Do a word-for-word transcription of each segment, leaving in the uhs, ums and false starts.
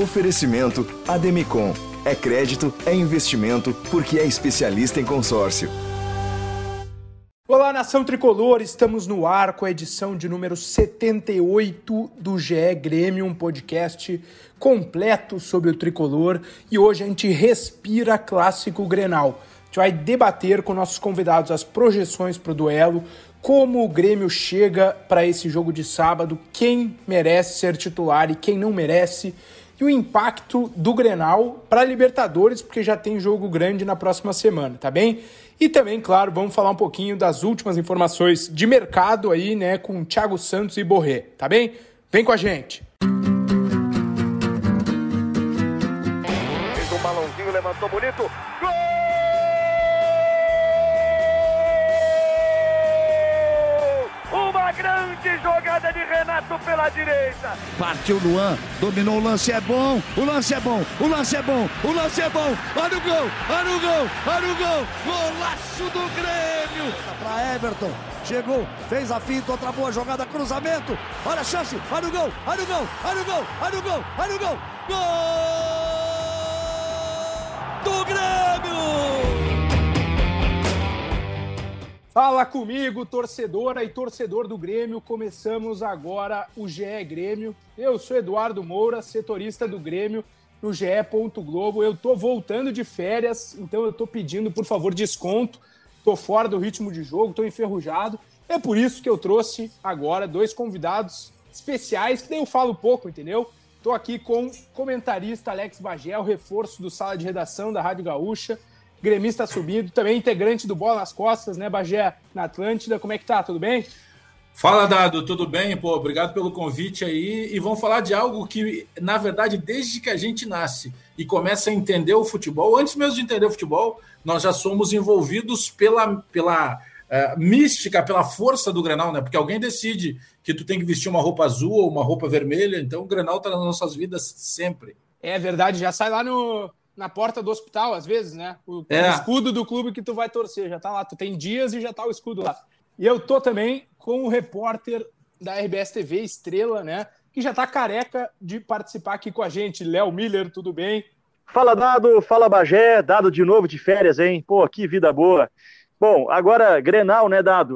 Oferecimento Ademicon. É crédito, é investimento, porque é especialista em consórcio. Olá, nação tricolor, estamos no ar com a edição de número setenta e oito do G E Grêmio, um podcast completo sobre o tricolor, e hoje a gente respira clássico Grenal. A gente vai debater com nossos convidados as projeções para o duelo, como o Grêmio chega para esse jogo de sábado, quem merece ser titular e quem não merece, e o impacto do Grenal para a Libertadores, porque já tem jogo grande na próxima semana, tá bem? E também, claro, vamos falar um pouquinho das últimas informações de mercado aí, né, com Thiago Santos e Borré, tá bem? Vem com a gente! Fez um balãozinho, levantou bonito, gol! Uma grande jogada de Renato pela direita. Partiu Luan, dominou o lance, é bom, o lance é bom, o lance é bom, o lance é bom. Olha o gol, olha o gol, olha o gol. Golaço do Grêmio. Para Everton, chegou, fez a finta, outra boa jogada, cruzamento. Olha a chance, olha o gol, olha o gol, olha o gol, olha o gol, olha o gol. Gol do Grêmio. Fala comigo, torcedora e torcedor do Grêmio. Começamos agora o G E Grêmio. Eu sou Eduardo Moura, setorista do Grêmio no G E. Globo. Eu tô voltando de férias, então eu tô pedindo, por favor, desconto. Tô fora do ritmo de jogo, tô enferrujado. É por isso que eu trouxe agora dois convidados especiais, que daí eu falo pouco, entendeu? Tô aqui com o comentarista Alex Bagé, o reforço do Sala de Redação da Rádio Gaúcha. Gremista subindo, também integrante do Bola nas Costas, né, Bagé, na Atlântida. Como é que tá? Tudo bem? Fala, Dado, tudo bem? Pô, obrigado pelo convite aí. E vamos falar de algo que, na verdade, desde que a gente nasce e começa a entender o futebol, antes mesmo de entender o futebol, nós já somos envolvidos pela, pela uh, mística, pela força do Grenal, né? Porque alguém decide que tu tem que vestir uma roupa azul ou uma roupa vermelha, então o Grenal tá nas nossas vidas sempre. É verdade, já sai lá no... na porta do hospital, às vezes, né? O, é. o escudo do clube que tu vai torcer, já tá lá. Tu tem dias e já tá o escudo lá. E eu tô também com o repórter da R B S T V, Estrela, né? Que já tá careca de participar aqui com a gente. Léo Miller, tudo bem? Fala, Dado. Fala, Bagé. Dado de novo de férias, hein? Pô, que vida boa. Bom, agora, Grenal, né, Dado?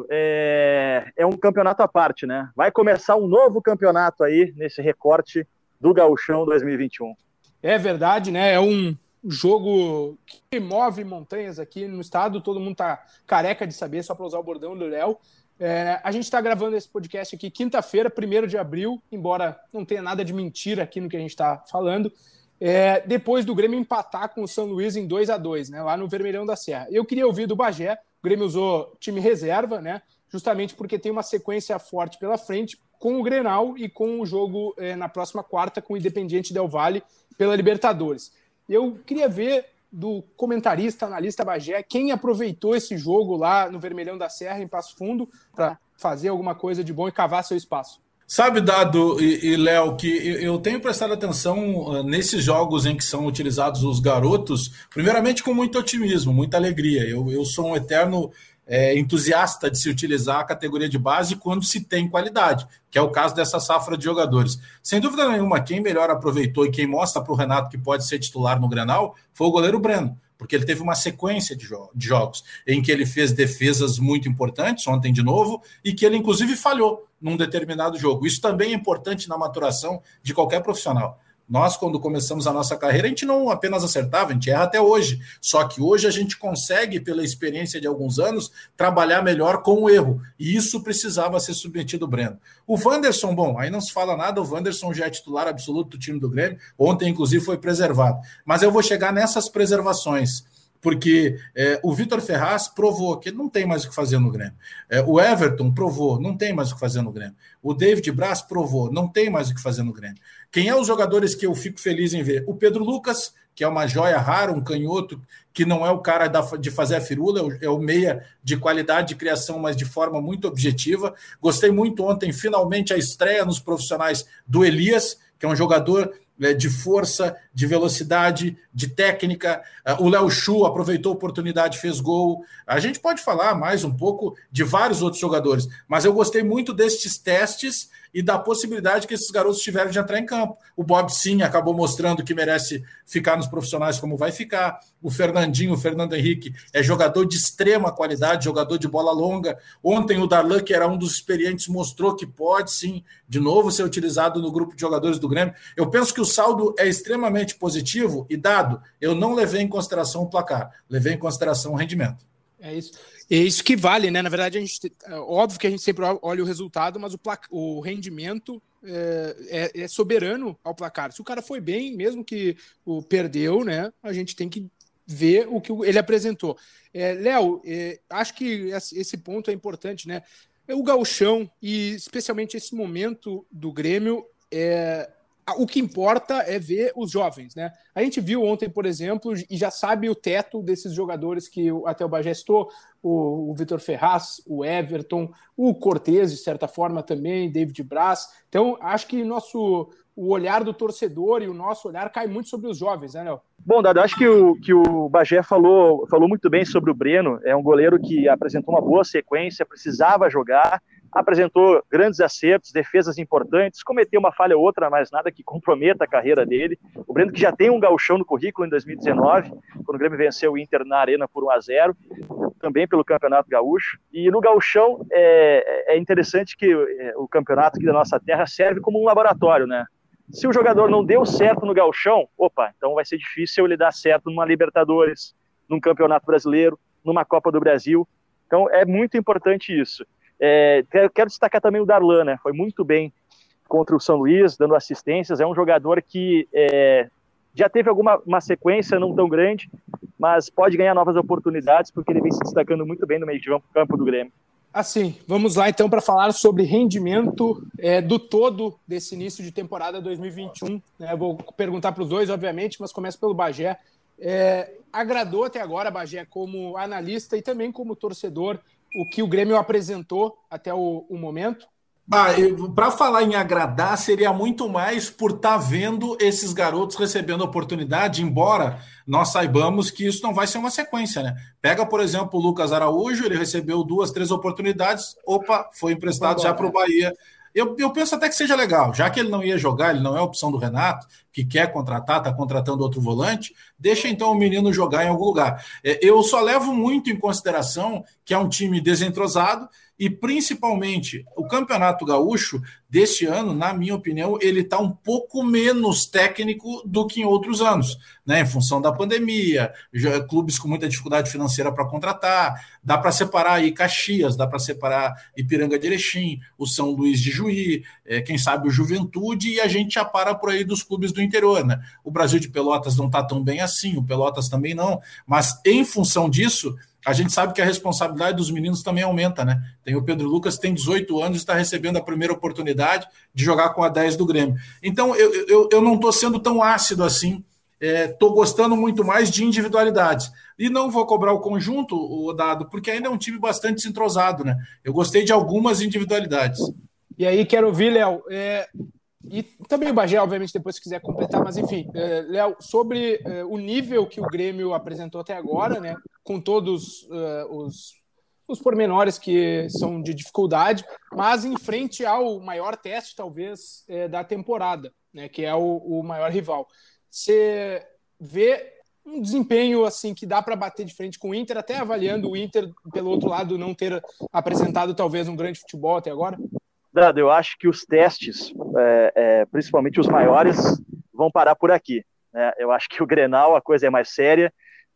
É, é um campeonato à parte, né? Vai começar um novo campeonato aí, nesse recorte do Gauchão dois mil e vinte e um. É verdade, né? É um jogo que move montanhas aqui no estado, todo mundo tá careca de saber, só para usar o bordão do Léo. É, a gente está gravando esse podcast aqui quinta-feira, primeiro de abril, embora não tenha nada de mentira aqui no que a gente está falando, é, depois do Grêmio empatar com o São Luís em dois a dois, né, lá no Vermelhão da Serra. Eu queria ouvir do Bagé, o Grêmio usou time reserva, né, justamente porque tem uma sequência forte pela frente, com o Grenal e com o jogo é, na próxima quarta com o Independiente Del Valle pela Libertadores. Eu queria ver do comentarista, analista Bagé, quem aproveitou esse jogo lá no Vermelhão da Serra, em Passo Fundo, para fazer alguma coisa de bom e cavar seu espaço. Sabe, Dado e, e Léo, que eu tenho prestado atenção uh, nesses jogos em que são utilizados os garotos, primeiramente com muito otimismo, muita alegria. Eu, eu sou um eterno é, entusiasta de se utilizar a categoria de base quando se tem qualidade, que é o caso dessa safra de jogadores. Sem dúvida nenhuma, quem melhor aproveitou e quem mostra para o Renato que pode ser titular no Grenal foi o goleiro Breno, porque ele teve uma sequência de, jo- de jogos em que ele fez defesas muito importantes, ontem de novo, e que ele inclusive falhou num determinado jogo. Isso também é importante na maturação de qualquer profissional. Nós, quando começamos a nossa carreira, a gente não apenas acertava, a gente erra até hoje. Só que hoje a gente consegue, pela experiência de alguns anos, trabalhar melhor com o erro. E isso precisava ser submetido ao Breno. O Wanderson, bom, aí não se fala nada, o Wanderson já é titular absoluto do time do Grêmio. Ontem, inclusive, foi preservado. Mas eu vou chegar nessas preservações, porque é, o Vitor Ferraz provou que não tem mais o que fazer no Grêmio. É, o Everton provou, não tem mais o que fazer no Grêmio. O David Braz provou, não tem mais o que fazer no Grêmio. Quem é os jogadores que eu fico feliz em ver? O Pedro Lucas, que é uma joia rara, um canhoto, que não é o cara da, de fazer a firula, é o meia de qualidade de criação, mas de forma muito objetiva. Gostei muito ontem, finalmente, a estreia nos profissionais do Elias, que é um jogador de força, de velocidade, de técnica. O Léo Chu aproveitou a oportunidade, fez gol. A gente pode falar mais um pouco de vários outros jogadores, mas eu gostei muito destes testes e da possibilidade que esses garotos tiveram de entrar em campo. O Bob sim acabou mostrando que merece ficar nos profissionais como vai ficar. O Fernandinho, o Fernando Henrique, é jogador de extrema qualidade, jogador de bola longa. Ontem o Darlan, que era um dos experientes, mostrou que pode sim, de novo, ser utilizado no grupo de jogadores do Grêmio. Eu penso que o saldo é extremamente positivo e dado, eu não levei em consideração o placar, levei em consideração o rendimento. É isso. É isso que vale, né? Na verdade, a gente, é óbvio que a gente sempre olha o resultado, mas o, placa, o rendimento é, é, é soberano ao placar. Se o cara foi bem, mesmo que o perdeu, né? A gente tem que ver o que ele apresentou. É, Léo, é, acho que esse ponto é importante, né? O gauchão e especialmente esse momento do Grêmio, é, o que importa é ver os jovens, né? A gente viu ontem, por exemplo, e já sabe o teto desses jogadores que até o Bagé citou, o, o Vitor Ferraz, o Everton, o Cortez, de certa forma também, David Braz. Então, acho que nosso, o olhar do torcedor e o nosso olhar cai muito sobre os jovens, né, Léo? Bom, Dado, acho que o, que o Bagé falou, falou muito bem sobre o Breno. É um goleiro que apresentou uma boa sequência, precisava jogar, apresentou grandes acertos, defesas importantes, cometeu uma falha ou outra, mas nada que comprometa a carreira dele. O Breno que já tem um gauchão no currículo em dois mil e dezenove, quando o Grêmio venceu o Inter na Arena por um a zero, também pelo Campeonato Gaúcho. E no gauchão é, é interessante que o campeonato aqui da nossa terra serve como um laboratório, né? Se o jogador não deu certo no gauchão, opa, então vai ser difícil ele dar certo numa Libertadores, num Campeonato Brasileiro, numa Copa do Brasil. Então é muito importante isso. É, quero destacar também o Darlan, né? Foi muito bem contra o São Luís, dando assistências. É um jogador que é, já teve alguma uma sequência não tão grande, mas pode ganhar novas oportunidades, porque ele vem se destacando muito bem no meio de campo do Grêmio. Assim, vamos lá então para falar sobre rendimento é, do todo desse início de temporada dois mil e vinte e um. Né? Vou perguntar para os dois, obviamente, mas começo pelo Bagé. É, agradou até agora, Bagé, como analista e também como torcedor, o que o Grêmio apresentou até o, o momento? Ah, para falar em agradar, seria muito mais por estar vendo esses garotos recebendo oportunidade, embora nós saibamos que isso não vai ser uma sequência, né? Pega, por exemplo, o Lucas Araújo, ele recebeu duas, três oportunidades, opa, foi emprestado já para o Bahia. Eu, eu penso até que seja legal, já que ele não ia jogar, ele não é a opção do Renato, que quer contratar, está contratando outro volante, deixa então o menino jogar em algum lugar. Eu só levo muito em consideração que é um time desentrosado e, principalmente, o Campeonato Gaúcho deste ano, na minha opinião, ele está um pouco menos técnico do que em outros anos, né? Em função da pandemia, já, clubes com muita dificuldade financeira para contratar, dá para separar aí Caxias, dá para separar Ipiranga de Erechim, o São Luís de Juí, é, quem sabe o Juventude, e a gente já para por aí dos clubes do interior, né? O Brasil de Pelotas não está tão bem assim, o Pelotas também não, mas em função disso, a gente sabe que a responsabilidade dos meninos também aumenta, né? Tem o Pedro Lucas, que tem dezoito anos e está recebendo a primeira oportunidade de jogar com a dez do Grêmio. Então, eu, eu, eu não estou sendo tão ácido assim, estou é, gostando muito mais de individualidades. E não vou cobrar o conjunto, o Dado, porque ainda é um time bastante desentrosado, né? Eu gostei de algumas individualidades. E aí, quero ouvir, Léo, é... e também o Bagé, obviamente, depois se quiser completar, mas enfim, é, Léo, sobre é, o nível que o Grêmio apresentou até agora, né, com todos é, os, os pormenores que são de dificuldade, mas em frente ao maior teste, talvez, é, da temporada, né, que é o, o maior rival. Você vê um desempenho assim que dá para bater de frente com o Inter, até avaliando o Inter, pelo outro lado, não ter apresentado talvez um grande futebol até agora? Dado, eu acho que os testes, é, é, principalmente os maiores, vão parar por aqui, né? Eu acho que o Grenal, a coisa é mais séria,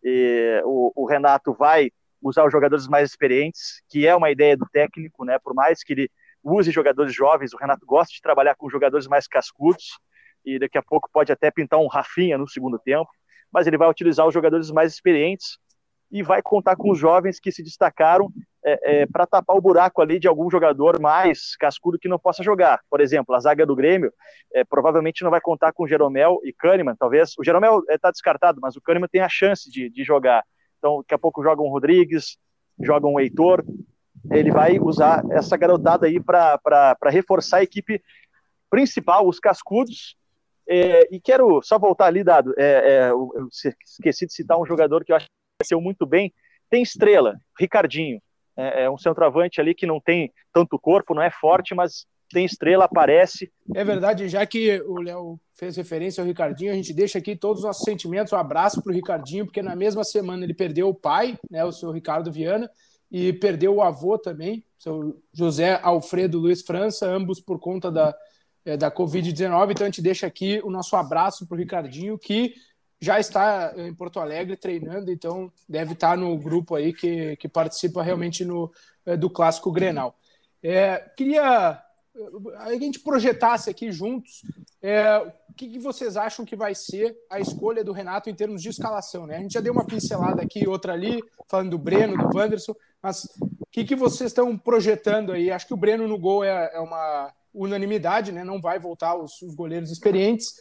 e o, o Renato vai usar os jogadores mais experientes, que é uma ideia do técnico, né? Por mais que ele use jogadores jovens, o Renato gosta de trabalhar com jogadores mais cascudos, e daqui a pouco pode até pintar um Rafinha no segundo tempo, mas ele vai utilizar os jogadores mais experientes e vai contar com os jovens que se destacaram é, é, para tapar o buraco ali de algum jogador mais cascudo que não possa jogar. Por exemplo, a zaga do Grêmio é, provavelmente não vai contar com o Jeromel e Kahneman, talvez. O Jeromel está é, descartado, mas o Kahneman tem a chance de, de jogar. Então, daqui a pouco joga um Rodrigues, joga um Heitor. Ele vai usar essa garotada aí para reforçar a equipe principal, os cascudos. É, e quero só voltar ali, Dado, é, é, eu esqueci de citar um jogador que eu acho que aconteceu muito bem. Tem estrela, Ricardinho. É, é um centroavante ali que não tem tanto corpo, não é forte, mas tem estrela, aparece. É verdade, já que o Léo fez referência ao Ricardinho, a gente deixa aqui todos os nossos sentimentos, um abraço para o Ricardinho, porque na mesma semana ele perdeu o pai, né, o seu Ricardo Viana, e perdeu o avô também, o seu José Alfredo Luiz França, ambos por conta da, é, da covid dezenove. Então a gente deixa aqui o nosso abraço para o Ricardinho, que já está em Porto Alegre treinando, então deve estar no grupo aí que, que participa realmente no, é, do Clássico Grenal. É, queria a gente projetasse aqui juntos é, o que, que vocês acham que vai ser a escolha do Renato em termos de escalação, né? A gente já deu uma pincelada aqui, outra ali, falando do Breno, do Wanderson, mas o que, que vocês estão projetando aí? Acho que o Breno no gol é, é uma unanimidade, né? Não vai voltar os, os goleiros experientes.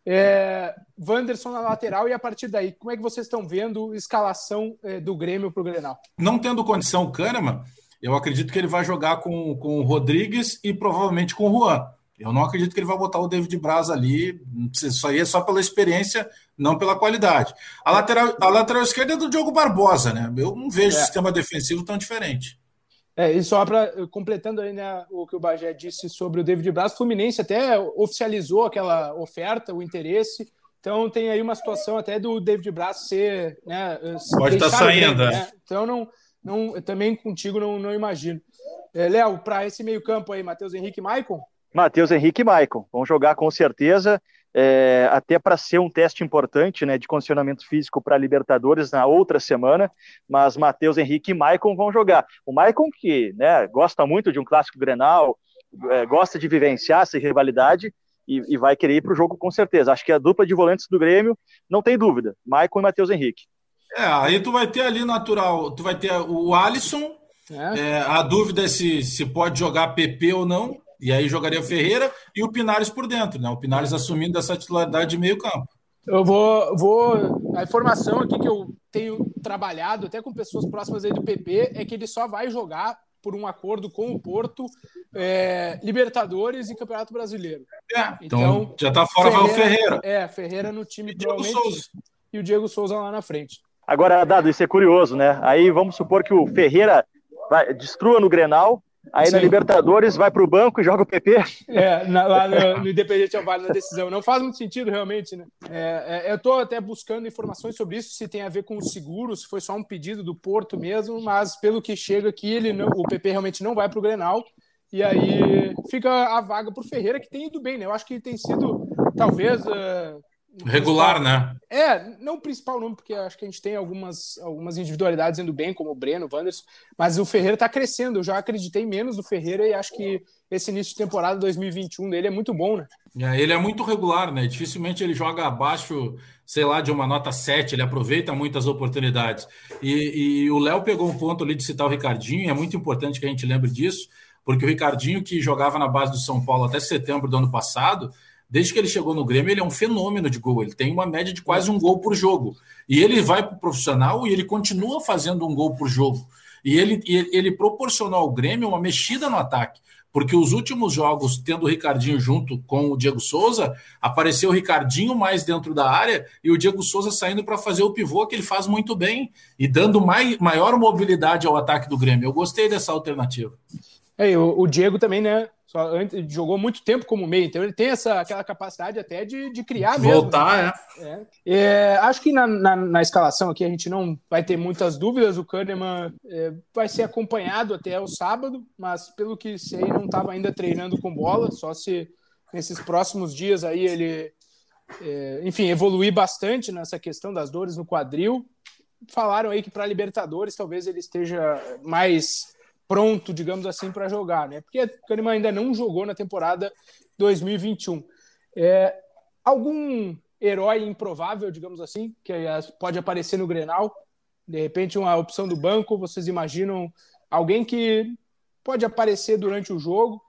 É, Wanderson na lateral, e a partir daí, como é que vocês estão vendo a escalação é, do Grêmio para o Grenal? Não tendo condição o Kahneman, eu acredito que ele vai jogar com, com o Rodrigues e provavelmente com o Juan. Eu não acredito que ele vai botar o David Braz ali. Isso aí é só pela experiência, não pela qualidade. A lateral, a lateral esquerda é do Diogo Barbosa, né? Eu não vejo é. sistema defensivo tão diferente. É, e só para completando aí, né, o que o Bagé disse sobre o David Braz, o Fluminense até oficializou aquela oferta, o interesse. Então tem aí uma situação até do David Braz ser, né, pode estar saindo, Grêmio, né? Então não Não, também contigo não, não imagino. É, Léo, para esse meio campo aí, Matheus Henrique e Maicon? Matheus Henrique e Maicon. Vão jogar com certeza, é, até para ser um teste importante, né, de condicionamento físico para Libertadores na outra semana, mas Matheus Henrique e Maicon vão jogar. O Maicon que, né, gosta muito de um clássico Grenal, é, gosta de vivenciar essa rivalidade e, e vai querer ir para o jogo com certeza. Acho que a dupla de volantes do Grêmio, não tem dúvida, Maicon e Matheus Henrique. É, aí tu vai ter ali natural, tu vai ter o Alisson, é. É, a dúvida é se, se pode jogar P P ou não, e aí jogaria o Ferreira e o Pinares por dentro, né? O Pinares assumindo essa titularidade de meio campo. Eu vou, vou... A informação aqui que eu tenho trabalhado até com pessoas próximas aí do P P é que ele só vai jogar por um acordo com o Porto, é, Libertadores e Campeonato Brasileiro. É, então, então já tá fora, Ferreira, vai o Ferreira. É, Ferreira no time, e provavelmente, Souza. E o Diego Souza lá na frente. Agora, Dado, isso é curioso, né? Aí vamos supor que o Ferreira vai, destrua no Grenal, aí Sim. na Libertadores vai para o banco e joga o P P. É, na, lá no, no Independente Del Valle na decisão. Não faz muito sentido, realmente, né? É, é, eu estou até buscando informações sobre isso, se tem a ver com o seguro, se foi só um pedido do Porto mesmo, mas pelo que chega aqui, ele não, o P P realmente não vai para o Grenal, e aí fica a vaga para o Ferreira, que tem ido bem, né? Eu acho que tem sido, talvez... Uh, regular, né? É, não o principal nome, porque acho que a gente tem algumas, algumas individualidades indo bem, como o Breno, o Wanderson, mas o Ferreira tá crescendo. Eu já acreditei menos no Ferreira e acho que esse início de temporada dois mil e vinte e um dele é muito bom, né? É, ele é muito regular, né? Dificilmente ele joga abaixo, sei lá, de uma nota sete, ele aproveita muitas oportunidades. E, e o Léo pegou um ponto ali de citar o Ricardinho, é muito importante que a gente lembre disso, porque o Ricardinho, que jogava na base do São Paulo até setembro do ano passado, desde que ele chegou no Grêmio, ele é um fenômeno de gol. Ele tem uma média de quase um gol por jogo. E ele vai para o profissional e ele continua fazendo um gol por jogo. E ele, ele proporcionou ao Grêmio uma mexida no ataque. Porque os últimos jogos, tendo o Ricardinho junto com o Diego Souza, apareceu o Ricardinho mais dentro da área e o Diego Souza saindo para fazer o pivô, que ele faz muito bem, e dando mai, maior mobilidade ao ataque do Grêmio. Eu gostei dessa alternativa. É, o, o Diego também, né? Só antes, jogou muito tempo como meio, então ele tem essa, aquela capacidade até de, de criar mesmo. Voltar, né? é. é. Acho que na, na, na escalação aqui a gente não vai ter muitas dúvidas. O Kahneman é, vai ser acompanhado até o sábado, mas pelo que sei não estava ainda treinando com bola, só se nesses próximos dias aí ele, é, enfim, evoluir bastante nessa questão das dores no quadril. Falaram aí que para Libertadores talvez ele esteja mais pronto, digamos assim, para jogar, né? Porque o Kahneman ainda não jogou na temporada dois mil e vinte e um. É, algum herói improvável, digamos assim, que pode aparecer no Grenal? De repente, uma opção do banco, vocês imaginam alguém que pode aparecer durante o jogo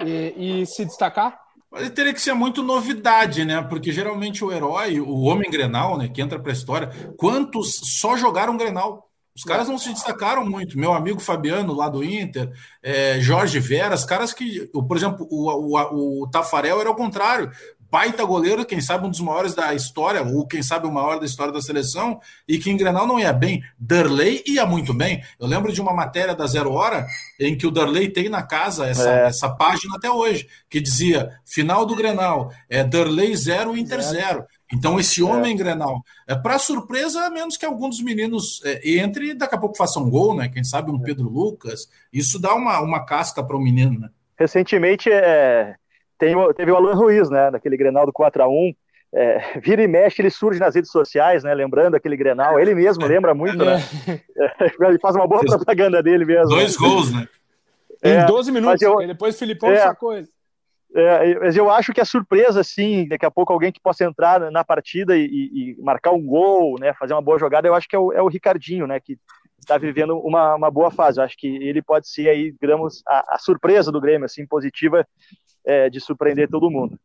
e, e se destacar? Mas teria que ser muito novidade, né? Porque geralmente o herói, o homem Grenal, né, que entra para a história, quantos só jogaram Grenal? Os caras não se destacaram muito. Meu amigo Fabiano, lá do Inter, é, Jorge Veras, caras que, por exemplo, o, o, o Tafarel era o contrário. baita goleiro, quem sabe um dos maiores da história, ou quem sabe o maior da história da seleção, e que em Grenal não ia bem. Darley ia muito bem. Eu lembro de uma matéria da Zero Hora, em que o Darley tem na casa essa, é. essa página até hoje, que dizia, final do Grenal, é Darley zero, Inter zero. Então esse homem é. Grenal, é, para surpresa, a menos que algum dos meninos é, entre e daqui a pouco faça um gol, né? Quem sabe um Pedro Lucas, isso dá uma, uma casca para o menino, né? Recentemente é, tem, teve o Alan Ruiz, né? Daquele Grenal do quatro a um, é, vira e mexe, ele surge nas redes sociais, né? Lembrando aquele Grenal, ele mesmo lembra muito, né? É, ele faz uma boa propaganda dele mesmo. Dois né? gols, né? Em É, doze minutos, eu, e depois o Filipão é, sacou ele. É, mas eu acho que a surpresa, assim, daqui a pouco alguém que possa entrar na partida e, e, e marcar um gol, né, fazer uma boa jogada, eu acho que é o, é o Ricardinho, né, que está vivendo uma, uma boa fase. Eu acho que ele pode ser aí, digamos, a, a surpresa do Grêmio, assim, positiva, é, de surpreender todo mundo.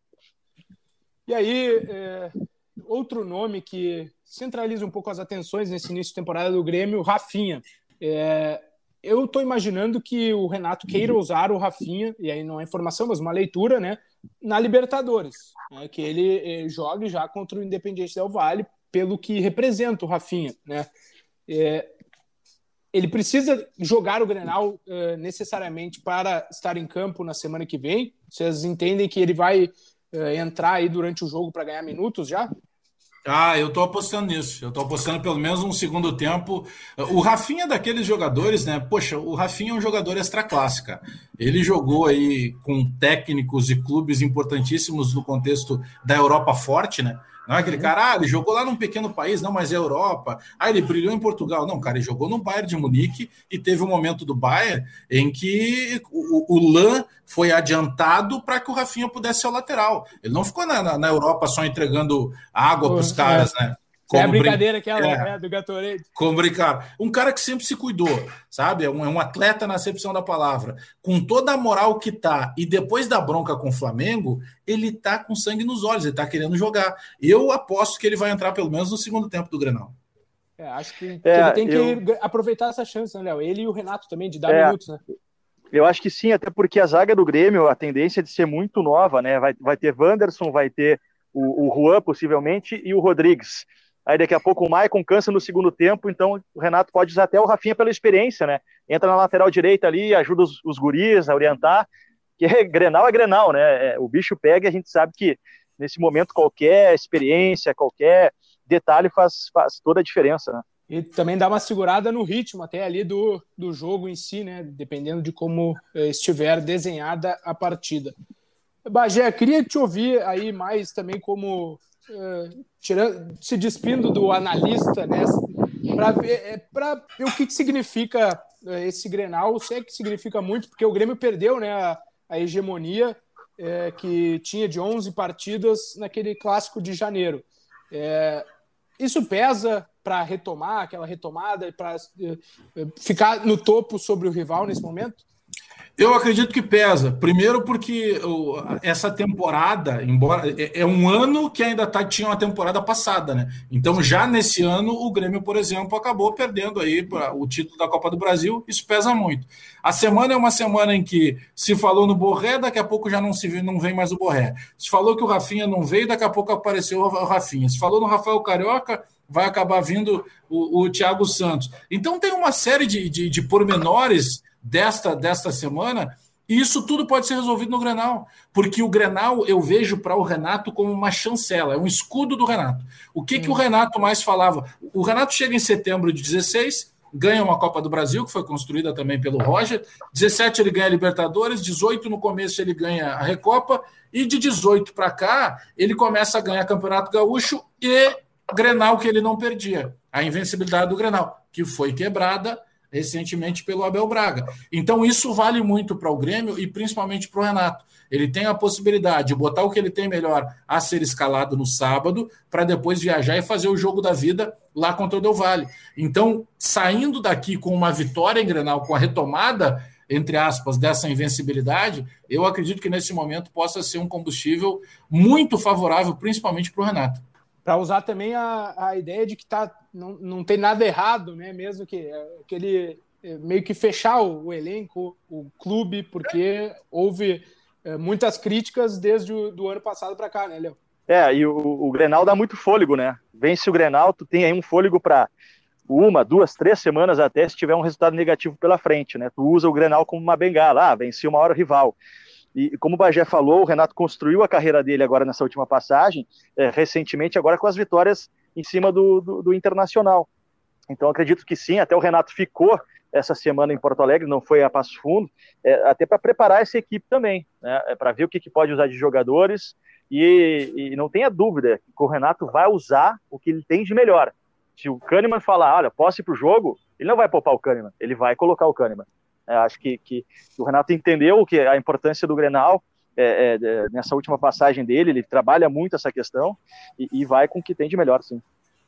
E aí, é, outro nome que centraliza um pouco as atenções nesse início de temporada do Grêmio, Rafinha. É, eu estou imaginando que o Renato queira usar o Rafinha, e aí não é informação, mas uma leitura, né, na Libertadores, né, que ele, ele jogue já contra o Independiente Del Valle, pelo que representa o Rafinha, né? É, ele precisa jogar o Grenal uh, necessariamente para estar em campo na semana que vem? Vocês entendem que ele vai uh, entrar aí durante o jogo para ganhar minutos já? Ah, eu tô apostando nisso. Eu tô apostando pelo menos um segundo tempo. O Rafinha é daqueles jogadores, né? Poxa, o Rafinha é um jogador extra-classe, cara. Ele jogou aí com técnicos e clubes importantíssimos no contexto da Europa forte, né? Não é aquele cara, ah, ele jogou lá num pequeno país, não, mas é Europa. Ah, ele brilhou em Portugal. Não, cara, ele jogou no Bayern de Munique e teve um momento do Bayern em que o, o Lan foi adiantado para que o Rafinha pudesse ser o lateral. Ele não ficou na, na, na Europa só entregando água para os caras, né? Como é a brincadeira que ela é, é do Gatorade. Como brincar. Um cara que sempre se cuidou, sabe? É um, é um atleta na acepção da palavra. Com toda a moral que tá, e depois da bronca com o Flamengo, ele tá com sangue nos olhos, ele tá querendo jogar. Eu aposto que ele vai entrar pelo menos no segundo tempo do Grenal. É, acho que, que é, ele tem eu... que aproveitar essa chance, né, Léo? Ele e o Renato também, de dar é, minutos, né? Eu acho que sim, até porque a zaga do Grêmio, a tendência é de ser muito nova, né? Vai, vai ter Wanderson, vai ter o, o Juan, possivelmente, e o Rodrigues. Aí daqui a pouco o Maicon cansa no segundo tempo, então o Renato pode usar até o Rafinha pela experiência, né? Entra na lateral direita ali, ajuda os, os guris a orientar, que é, Grenal é Grenal, né? É, o bicho pega e a gente sabe que nesse momento qualquer experiência, qualquer detalhe faz, faz toda a diferença, né? E também dá uma segurada no ritmo até ali do, do jogo em si, né? Dependendo de como estiver desenhada a partida. Bagé, queria te ouvir aí mais também como... Uh, tirando, se despindo do analista, né, para ver, é, para ver o que, que significa uh, esse Grenal. Eu sei que significa muito, porque o Grêmio perdeu, né, a, a hegemonia é, que tinha de onze partidas naquele clássico de janeiro. É, isso pesa para retomar aquela retomada e para uh, ficar no topo sobre o rival nesse momento? Eu acredito que pesa. Primeiro porque essa temporada, embora é um ano que ainda tá, tinha uma temporada passada, né? Então já nesse ano o Grêmio, por exemplo, acabou perdendo aí o título da Copa do Brasil. Isso pesa muito. A semana é uma semana em que se falou no Borré, daqui a pouco já não se vê, não vem mais o Borré. Se falou que o Rafinha não veio, daqui a pouco apareceu o Rafinha. Se falou no Rafael Carioca, vai acabar vindo o, o Thiago Santos. Então tem uma série de, de, de pormenores desta, desta semana, e isso tudo pode ser resolvido no Grenal, porque o Grenal eu vejo para o Renato como uma chancela, é um escudo do Renato. O que, hum. que o Renato mais falava? O Renato chega em setembro de dezesseis, ganha uma Copa do Brasil, que foi construída também pelo Roger, dezessete ele ganha a Libertadores, dezoito no começo ele ganha a Recopa, e de dezoito para cá ele começa a ganhar Campeonato Gaúcho e Grenal, que ele não perdia, a invencibilidade do Grenal, que foi quebrada recentemente pelo Abel Braga. Então isso vale muito para o Grêmio e principalmente para o Renato. Ele tem a possibilidade de botar o que ele tem melhor a ser escalado no sábado para depois viajar e fazer o jogo da vida lá contra o Del Valle. Então, saindo daqui com uma vitória em Grenal, com a retomada, entre aspas, dessa invencibilidade, eu acredito que nesse momento possa ser um combustível muito favorável, principalmente para o Renato. Para usar também a, a ideia de que tá, não, não tem nada errado, né? Mesmo que, que ele meio que fechar o, o elenco, o clube, porque houve é, muitas críticas desde o do ano passado para cá, né, Léo? É, e o, o Grenal dá muito fôlego, né? Vence o Grenal, tu tem aí um fôlego para uma, duas, três semanas até se tiver um resultado negativo pela frente, né? Tu usa o Grenal como uma bengala, ah, venci uma hora rival. E como o Bagé falou, o Renato construiu a carreira dele agora nessa última passagem, é, recentemente agora com as vitórias em cima do, do, do Internacional. Então acredito que sim, até o Renato ficou essa semana em Porto Alegre, não foi a Passo Fundo, é, até para preparar essa equipe também, né? É, para ver o que, que pode usar de jogadores, e, e não tenha dúvida que o Renato vai usar o que ele tem de melhor. Se o Kahneman falar, olha, posso ir para o jogo, ele não vai poupar o Kahneman, ele vai colocar o Kahneman. É, acho que, que o Renato entendeu que a importância do Grenal é, é, nessa última passagem dele, ele trabalha muito essa questão e, e vai com o que tem de melhor, sim.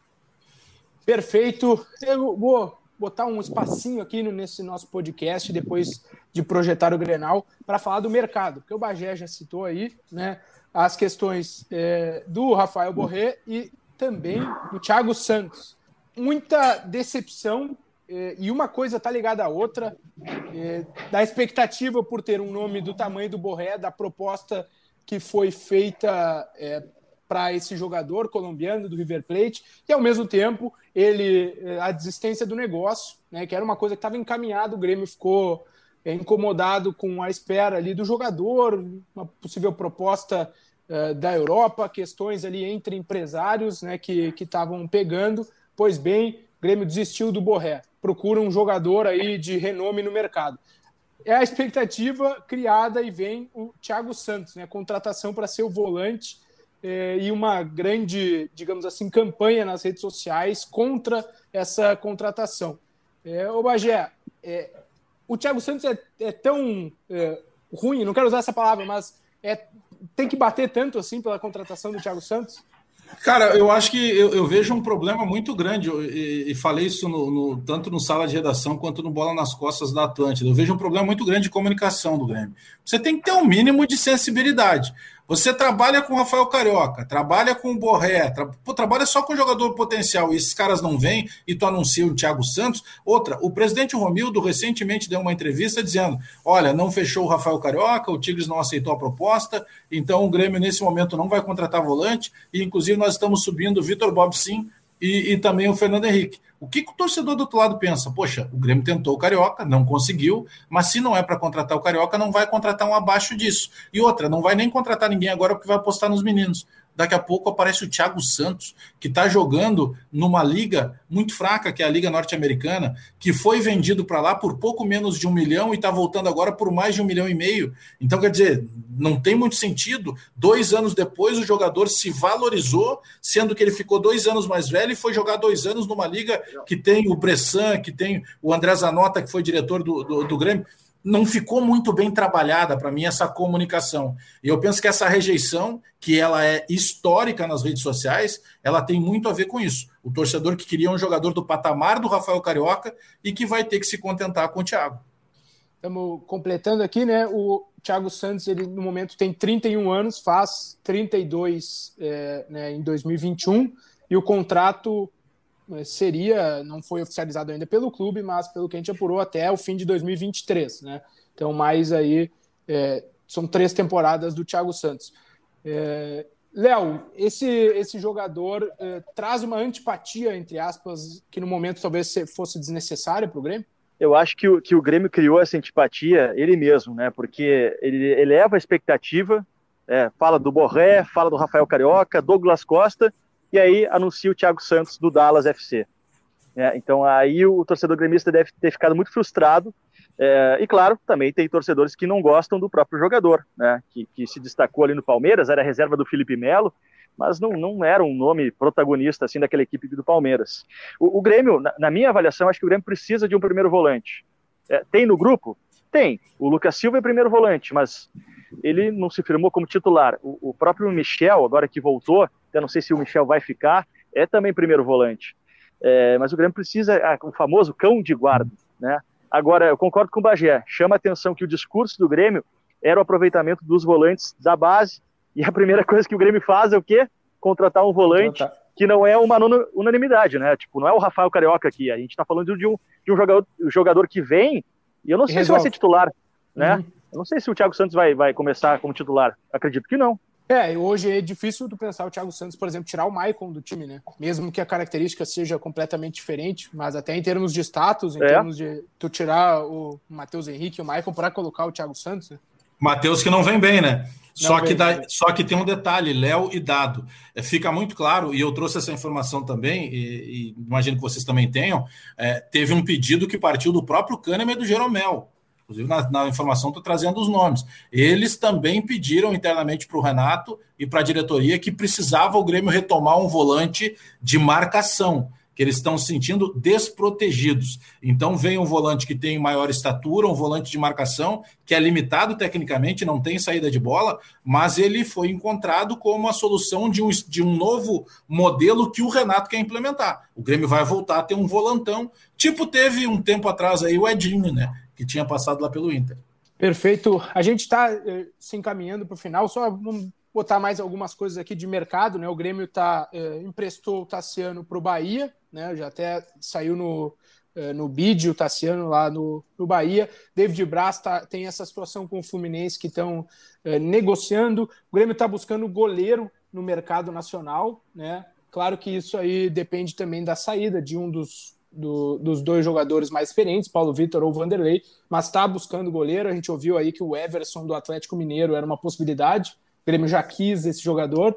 Perfeito. Eu vou botar um espacinho aqui no, nesse nosso podcast, depois de projetar o Grenal, para falar do mercado, porque o Bagé já citou aí, né, as questões é, do Rafael Borré e também do Thiago Santos. Muita decepção, é, e uma coisa está ligada à outra, é, da expectativa por ter um nome do tamanho do Borré, da proposta que foi feita é, para esse jogador colombiano do River Plate, e ao mesmo tempo ele a desistência do negócio, né, que era uma coisa que estava encaminhada, o Grêmio ficou é, incomodado com a espera ali do jogador, uma possível proposta uh, da Europa, questões ali entre empresários, né, que estavam pegando. Pois bem, o Grêmio desistiu do Borré, procura um jogador aí de renome no mercado. É a expectativa criada e vem o Thiago Santos, né, contratação para ser o volante, É, e uma grande, digamos assim, campanha nas redes sociais contra essa contratação. É, ô Bagé, é, o Thiago Santos é, é tão é, ruim, não quero usar essa palavra, mas é, tem que bater tanto assim pela contratação do Thiago Santos? Cara, eu acho que eu, eu vejo um problema muito grande, e, e falei isso no, no, tanto no Sala de Redação quanto no Bola nas Costas da Atlântida. Eu vejo um problema muito grande de comunicação do Grêmio. Você tem que ter um mínimo de sensibilidade. Você trabalha com o Rafael Carioca, trabalha com o Borré, tra... Pô, trabalha só com jogador potencial, e esses caras não vêm e tu anuncia o Thiago Santos. Outra, o presidente Romildo recentemente deu uma entrevista dizendo, olha, não fechou o Rafael Carioca, o Tigres não aceitou a proposta, então o Grêmio nesse momento não vai contratar volante, e inclusive nós estamos subindo o Vitor Bobsin e, e também o Fernando Henrique. O que, que o torcedor do outro lado pensa? Poxa, o Grêmio tentou o Carioca, não conseguiu, mas se não é para contratar o Carioca, não vai contratar um abaixo disso. E outra, não vai nem contratar ninguém agora porque vai apostar nos meninos. Daqui a pouco aparece o Thiago Santos, que está jogando numa liga muito fraca, que é a Liga Norte-Americana, que foi vendido para lá por pouco menos de um milhão e está voltando agora por mais de um milhão e meio. Então, quer dizer, não tem muito sentido. Dois anos depois, o jogador se valorizou, sendo que ele ficou dois anos mais velho e foi jogar dois anos numa liga que tem o Bressan, que tem o André Zanota, que foi diretor do, do, do Grêmio. Não ficou muito bem trabalhada para mim essa comunicação. E eu penso que essa rejeição, que ela é histórica nas redes sociais, ela tem muito a ver com isso. O torcedor que queria um jogador do patamar do Rafael Carioca e que vai ter que se contentar com o Thiago. Estamos completando aqui, né? O Thiago Santos, ele no momento tem trinta e um anos, faz trinta e dois é, né, em dois mil e vinte e um, e o contrato seria, não foi oficializado ainda pelo clube, mas pelo que a gente apurou até o fim de dois mil e vinte e três, né? Então, mais aí, é, são três temporadas do Thiago Santos. É, Léo, esse, esse jogador é, traz uma antipatia, entre aspas, que no momento talvez fosse desnecessária para o Grêmio? Eu acho que o, que o Grêmio criou essa antipatia ele mesmo, né? Porque ele eleva a expectativa, é, fala do Borré, fala do Rafael Carioca, Douglas Costa, e aí anuncia o Thiago Santos do Dallas F C. É, então aí o torcedor gremista deve ter ficado muito frustrado, é, e claro, também tem torcedores que não gostam do próprio jogador, né, que, que se destacou ali no Palmeiras, era a reserva do Felipe Melo, mas não, não era um nome protagonista assim daquela equipe do Palmeiras. O, o Grêmio, na, na minha avaliação, acho que o Grêmio precisa de um primeiro volante. É, tem no grupo? Tem. O Lucas Silva é primeiro volante, mas ele não se firmou como titular. O, o próprio Michel, agora que voltou, eu não sei se o Michel vai ficar, é também primeiro volante. É, mas o Grêmio precisa, ah, o famoso cão de guarda, né? Agora, eu concordo com o Bagé, chama a atenção que o discurso do Grêmio era o aproveitamento dos volantes da base, e a primeira coisa que o Grêmio faz é o quê? Contratar um volante Contratar. que não é uma unanimidade, né? Tipo, não é o Rafael Carioca aqui, a gente tá falando de um, de um jogador, um jogador que vem, e eu não sei se vai ser titular, né? Uhum. Eu não sei se o Thiago Santos vai, vai começar como titular. Acredito que não. É, hoje é difícil tu pensar o Thiago Santos, por exemplo, tirar o Maicon do time, né? Mesmo que a característica seja completamente diferente, mas até em termos de status, em é. termos de tu tirar o Matheus Henrique e o Maicon para colocar o Thiago Santos, né? Matheus que não vem bem, né? Só que, dá, só que tem um detalhe, Léo e Dado. É, fica muito claro, e eu trouxe essa informação também, e, e imagino que vocês também tenham, é, teve um pedido que partiu do próprio Kahneman e do Jeromel. Inclusive, na, na informação estou trazendo os nomes. Eles também pediram internamente para o Renato e para a diretoria que precisava o Grêmio retomar um volante de marcação, que eles estão se sentindo desprotegidos. Então vem um volante que tem maior estatura, um volante de marcação, que é limitado tecnicamente, não tem saída de bola, mas ele foi encontrado como a solução de um, de um novo modelo que o Renato quer implementar. O Grêmio vai voltar a ter um volantão, tipo teve um tempo atrás aí o Edinho, né? Que tinha passado lá pelo Inter. Perfeito. A gente está eh, se encaminhando para o final, só vamos botar mais algumas coisas aqui de mercado, né? O Grêmio tá, eh, emprestou o Tassiano para o Bahia, né? Já até saiu no, eh, no bid o Tassiano lá no, no Bahia. David Braz tá, tem essa situação com o Fluminense que estão eh, negociando. O Grêmio está buscando goleiro no mercado nacional, né? Claro que isso aí depende também da saída de um dos Do, dos dois jogadores mais experientes, Paulo Vitor ou Vanderlei, mas está buscando goleiro. A gente ouviu aí que o Everson do Atlético Mineiro era uma possibilidade, o Grêmio já quis esse jogador.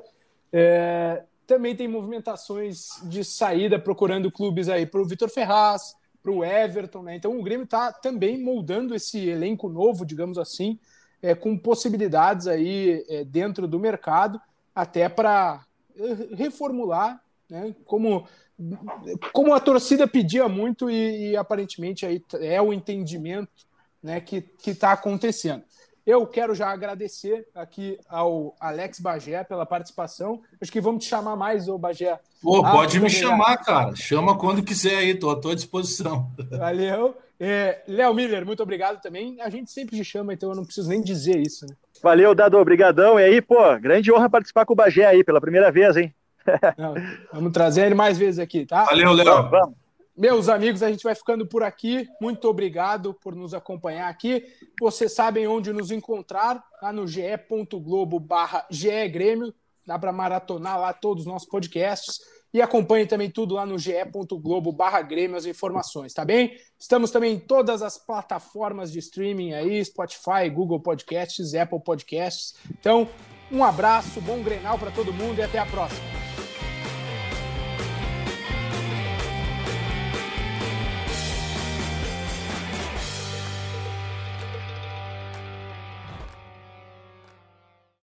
É, também tem movimentações de saída procurando clubes aí para o Vitor Ferraz, para o Everton, né? Então o Grêmio está também moldando esse elenco novo, digamos assim, é, com possibilidades aí é, dentro do mercado, até para reformular, né? Como como a torcida pedia muito e, e aparentemente aí é o entendimento, né, que está acontecendo. Eu quero já agradecer aqui ao Alex Bagé pela participação. Acho que vamos te chamar mais, ô Bagé. Pô, ah, pode me chamar, cara. Chama quando quiser aí, tô à tua disposição. Valeu. É, Léo Miller, muito obrigado também. A gente sempre te chama, então eu não preciso nem dizer isso, né? Valeu, Dado, obrigadão. E aí, pô, grande honra participar com o Bagé aí, pela primeira vez, hein? Não, vamos trazer ele mais vezes aqui, tá? Valeu, Léo. Vamos. Meus amigos, a gente vai ficando por aqui. Muito obrigado por nos acompanhar aqui. Vocês sabem onde nos encontrar, lá no ge.globo barra Grêmio. Dá para maratonar lá todos os nossos podcasts. E acompanhe também tudo lá no ge.globo barra Grêmio, as informações, tá bem? Estamos também em todas as plataformas de streaming aí, Spotify, Google Podcasts, Apple Podcasts. Então, um abraço, bom Grenal para todo mundo e até a próxima.